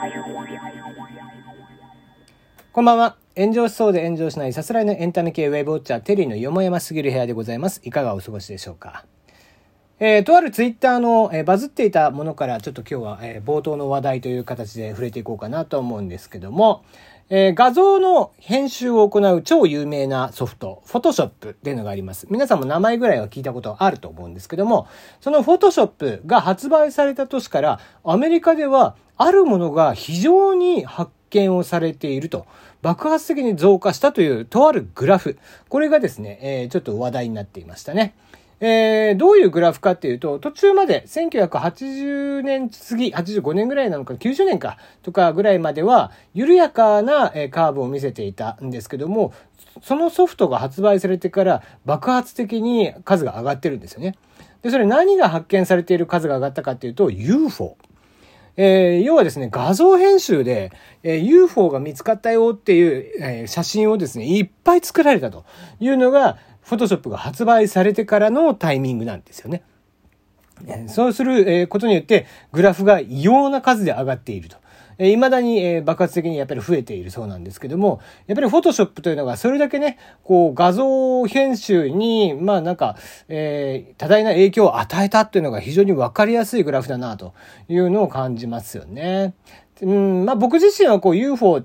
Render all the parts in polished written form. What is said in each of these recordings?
こんばんは。炎上しそうで炎上しないさすらいのエンタメ系ウェブウォッチャーテリーのよもやますぎる部屋でございます。いかがお過ごしでしょうか。とあるツイッターの、バズっていたものからちょっと今日は、冒頭の話題という形で触れていこうかなと思うんですけども、画像の編集を行う超有名なソフト、Photoshop っていうのがあります。皆さんも名前ぐらいは聞いたことあると思うんですけども、その Photoshop が発売された年からアメリカではあるものが非常に発見をされていると、爆発的に増加したというとあるグラフ。これがですね、ちょっと話題になっていましたね。どういうグラフかっていうと、途中まで1980年過ぎ、85年ぐらいなのか、90年かとかぐらいまでは、緩やかなカーブを見せていたんですけども、そのソフトが発売されてから爆発的に数が上がってるんですよね。で、それ何が発見されている数が上がったかっていうと、UFO。要はですね、画像編集で、UFO が見つかったよっていう、写真をですね、いっぱい作られたというのが、Photoshop が発売されてからのタイミングなんですよね。そうすることによって、グラフが異様な数で上がっていると。未だに爆発的にやっぱり増えているそうなんですけども、やっぱり Photoshop というのがそれだけね、こう画像編集に、多大な影響を与えたっていうのが非常にわかりやすいグラフだなというのを感じますよね。僕自身はこう UFO って、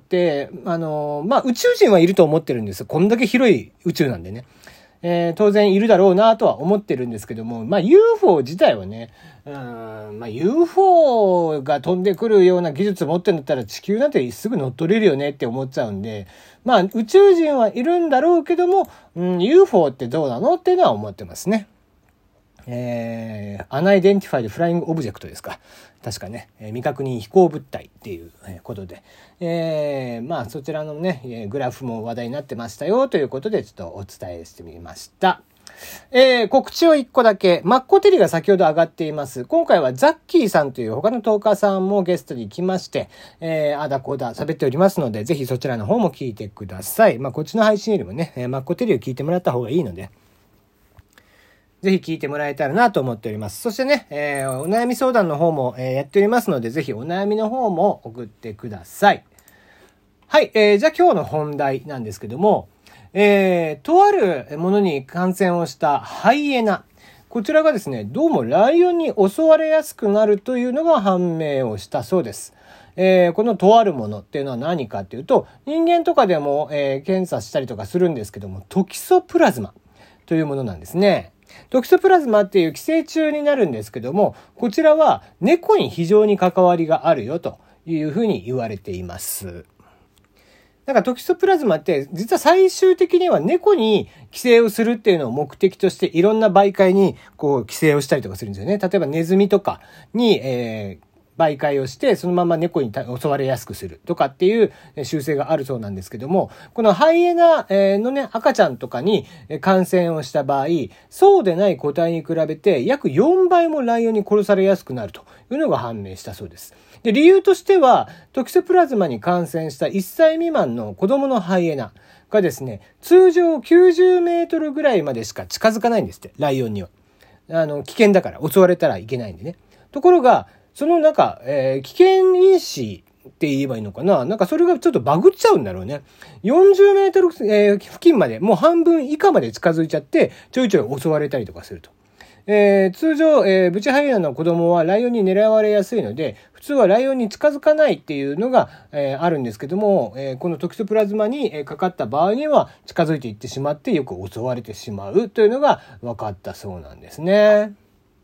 宇宙人はいると思ってるんです。こんだけ広い宇宙なんでね。当然いるだろうなとは思ってるんですけども、UFO 自体はね、UFO が飛んでくるような技術持ってんだったら地球なんてすぐ乗っ取れるよねって思っちゃうんで、宇宙人はいるんだろうけども、UFO ってどうなのっていうのは思ってますね。Unidentified Flying Object ですか。確かね、未確認飛行物体っていうことで、そちらのね、グラフも話題になってましたよということでちょっとお伝えしてみました。告知を一個だけ。マッコテリが先ほど上がっています。今回はザッキーさんという他のトーカーさんもゲストに来まして、あだこだ喋っておりますので、ぜひそちらの方も聞いてください。こっちの配信よりもね、マッコテリを聞いてもらった方がいいので、ぜひ聞いてもらえたらなと思っております。そしてね、お悩み相談の方も、やっておりますので、ぜひお悩みの方も送ってください。はい、じゃあ今日の本題なんですけども、とあるものに感染をしたハイエナ。こちらがですね、どうもライオンに襲われやすくなるというのが判明をしたそうです。このとあるものっていうのは何かっていうと、人間とかでも、検査したりとかするんですけども、トキソプラズマというものなんですね。トキソプラズマっていう寄生虫になるんですけども、こちらは猫に非常に関わりがあるよというふうに言われています。トキソプラズマって実は最終的には猫に寄生をするっていうのを目的としていろんな媒介にこう寄生をしたりとかするんですよね。例えばネズミとかに、媒介をしてそのまま猫に襲われやすくするとかっていう習性があるそうなんですけども、このハイエナのね、赤ちゃんとかに感染をした場合、そうでない個体に比べて約4倍もライオンに殺されやすくなるというのが判明したそうです。で、理由としては、トキソプラズマに感染した1歳未満の子供のハイエナがですね、通常90メートルぐらいまでしか近づかないんですって、ライオンには。危険だから、襲われたらいけないんでね。ところが、その危険因子って言えばいいのかな、それがちょっとバグっちゃうんだろうね。40メートル、付近まで、もう半分以下まで近づいちゃって、ちょいちょい襲われたりとかすると。通常、ブチハイエナの子供はライオンに狙われやすいので、普通はライオンに近づかないっていうのが、あるんですけども、このトキソプラズマにかかった場合には近づいていってしまってよく襲われてしまうというのが分かったそうなんですね。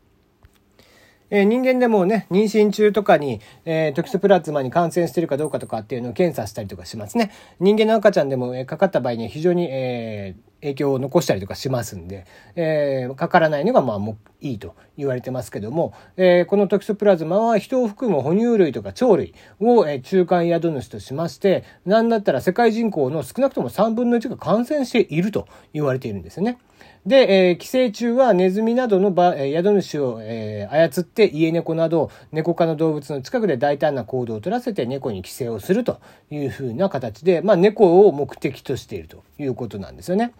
人間でもね、妊娠中とかに、トキソプラズマに感染しているかどうかとかっていうのを検査したりとかしますね。人間の赤ちゃんでも、かかった場合には非常に、影響を残したりとかしますんで、かからないのがもういいと言われてますけども、このトキソプラズマは人を含む哺乳類とか鳥類を、中間宿主としまして、なんだったら世界人口の少なくとも3分の1が感染していると言われているんですよね。で、寄生虫はネズミなどの宿主を、操って家猫など猫科の動物の近くで大胆な行動を取らせて猫に寄生をするというふうな形で、猫を目的としているということなんですよね。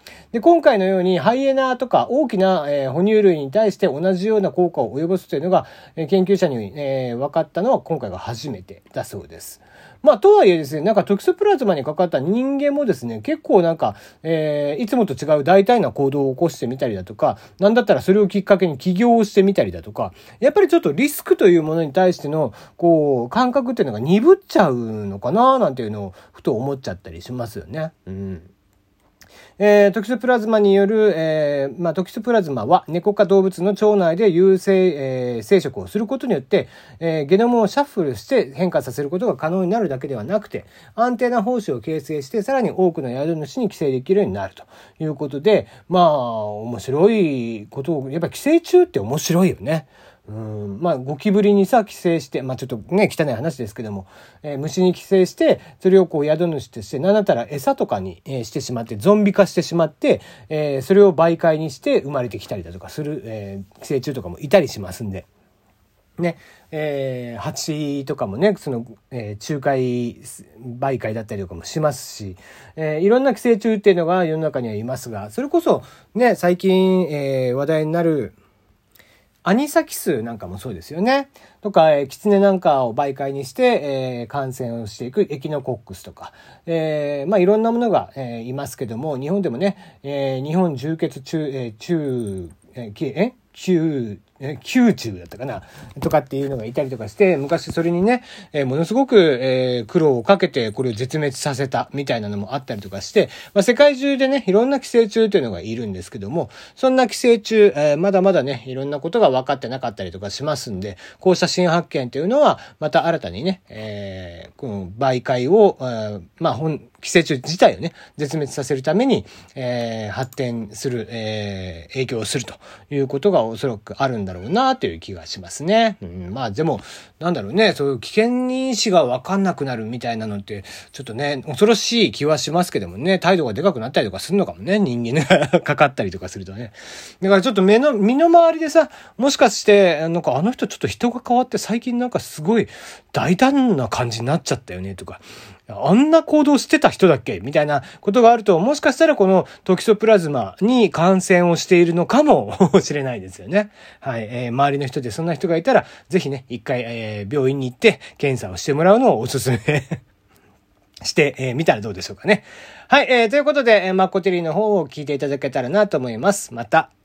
で、今回のようにハイエナとか大きな、哺乳類に対して同じような効果を及ぼすというのが、研究者に、分かったのは今回が初めてだそうです。まあ、とはいえですね、なんかトキソプラズマにかかった人間もですね、結構なんか、いつもと違う大胆な行動を起こしてみたりだとか、なんだったらそれをきっかけに起業をしてみたりだとか、やっぱりちょっとリスクというものに対しての、こう、感覚っていうのが鈍っちゃうのかな、なんていうのをふと思っちゃったりしますよね。うん。トキソプラズマによる、トキソプラズマは猫科動物の腸内で有性、生殖をすることによって、ゲノムをシャッフルして変化させることが可能になるだけではなくて、安定な胞子を形成してさらに多くの宿主に寄生できるようになるということで、まあ面白いことを、やっぱり寄生虫って面白いよね。まあゴキブリにさ寄生して、まあちょっとね汚い話ですけども、虫に寄生してそれをこう宿主として何だったら餌とかに、してしまってゾンビ化してしまって、それを媒介にして生まれてきたりだとかする、寄生虫とかもいたりしますんで。ね、蜂とかもね、その、仲介媒介だったりとかもしますし、いろんな寄生虫っていうのが世の中にはいますが、それこそね、最近、話題になるアニサキスなんかもそうですよね。とか、キツネなんかを媒介にして、感染をしていくエキノコックスとか、まあいろんなものが、いますけども、日本でもね、日本充血宮中だったかなとかっていうのがいたりとかして、昔それにね、ものすごく、苦労をかけてこれを絶滅させたみたいなのもあったりとかして、まあ、世界中でね、いろんな寄生虫というのがいるんですけども、そんな寄生虫、まだまだね、いろんなことが分かってなかったりとかしますんで、こうした新発見というのは、また新たにね、この媒介を、まあ寄生虫自体をね、絶滅させるために、発展する、影響をするということがおそらくあるんだろうなという気がしますね。まあでも、なんだろうね、そういう危険因子が分かんなくなるみたいなのって、ちょっとね、恐ろしい気はしますけどもね、態度がでかくなったりとかするのかもね、人間がかかったりとかするとね。だからちょっと身の回りでさ、もしかして、なんかあの人ちょっと人が変わって最近なんかすごい大胆な感じになっちゃったよねとか、あんな行動してた人だっけみたいなことがあると、もしかしたらこのトキソプラズマに感染をしているのかもしれないですよね。はい。周りの人でそんな人がいたら、ぜひね、一回、病院に行って検査をしてもらうのをおすすめして、みたらどうでしょうかね。はい。ということで、マッコテリーの方を聞いていただけたらなと思います。また。